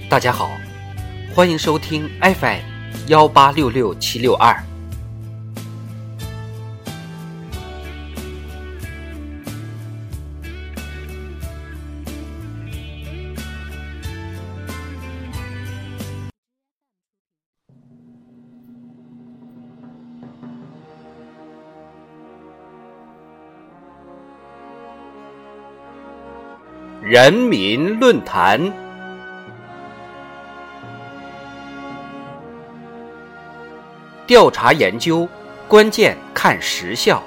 大家好，欢迎收听 FM 1866762。人民论坛。调查研究，关键看实效。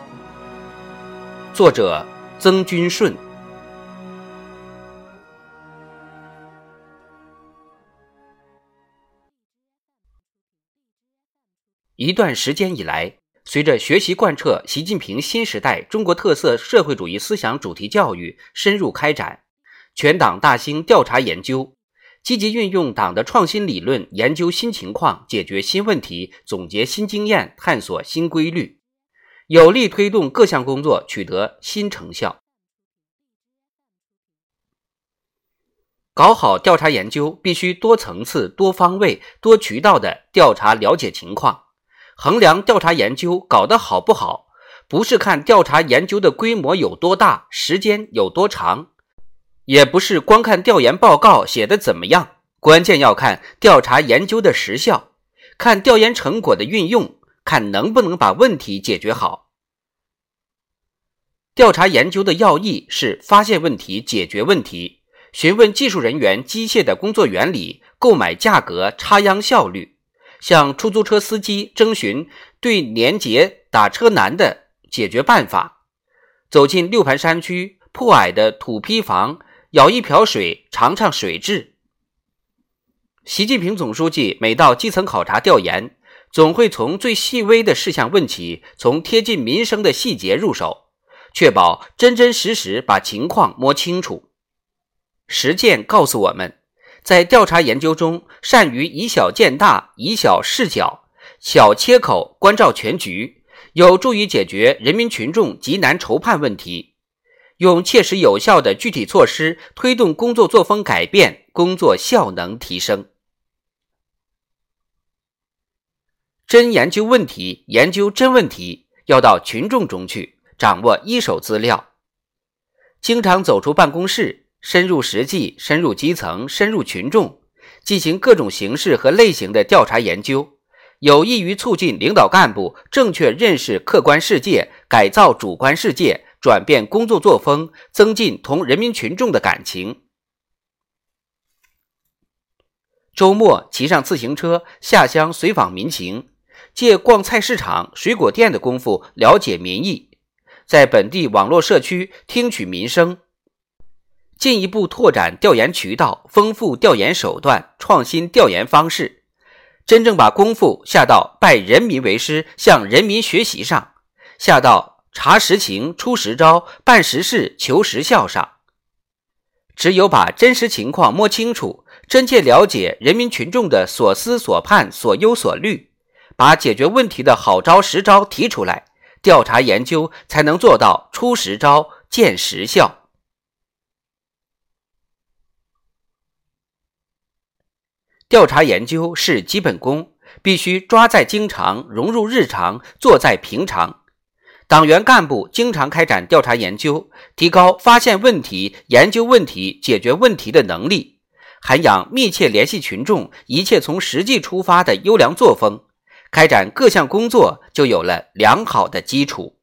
作者曾君顺。一段时间以来，随着学习贯彻习近平新时代中国特色社会主义思想主题教育深入开展，全党大兴调查研究，积极运用党的创新理论，研究新情况，解决新问题，总结新经验，探索新规律，有力推动各项工作取得新成效。搞好调查研究，必须多层次、多方位、多渠道的调查了解情况。衡量调查研究搞得好不好，不是看调查研究的规模有多大，时间有多长，也不是光看调研报告写得怎么样，关键要看调查研究的实效，看调研成果的运用，看能不能把问题解决好。调查研究的要义是发现问题、解决问题，询问技术人员机械的工作原理，购买价格，插秧效率，向出租车司机征询对年节打车难的解决办法，走进六盘山区破矮的土坯房，舀一瓢水，尝尝水质。习近平总书记每到基层考察调研，总会从最细微的事项问起，从贴近民生的细节入手，确保真真实实把情况摸清楚。实践告诉我们，在调查研究中，善于以小见大，以小视角，小切口关照全局，有助于解决人民群众急难愁盼问题，用切实有效的具体措施推动工作作风改变，工作效能提升。真研究问题，研究真问题，要到群众中去，掌握一手资料，经常走出办公室，深入实际，深入基层，深入群众，进行各种形式和类型的调查研究，有益于促进领导干部正确认识客观世界，改造主观世界，转变工作作风，增进同人民群众的感情。周末骑上自行车下乡随访民情，借逛菜市场、水果店的功夫了解民意，在本地网络社区听取民生，进一步拓展调研渠道，丰富调研手段，创新调研方式，真正把功夫下到拜人民为师，向人民学习上，下到查实情、出实招、办实事、求实效上。只有把真实情况摸清楚，真切了解人民群众的所思所盼、所忧所虑，把解决问题的好招实招提出来，调查研究才能做到出实招、见实效。调查研究是基本功，必须抓在经常，融入日常，做在平常。党员干部经常开展调查研究，提高发现问题、研究问题、解决问题的能力，涵养密切联系群众、一切从实际出发的优良作风，开展各项工作就有了良好的基础。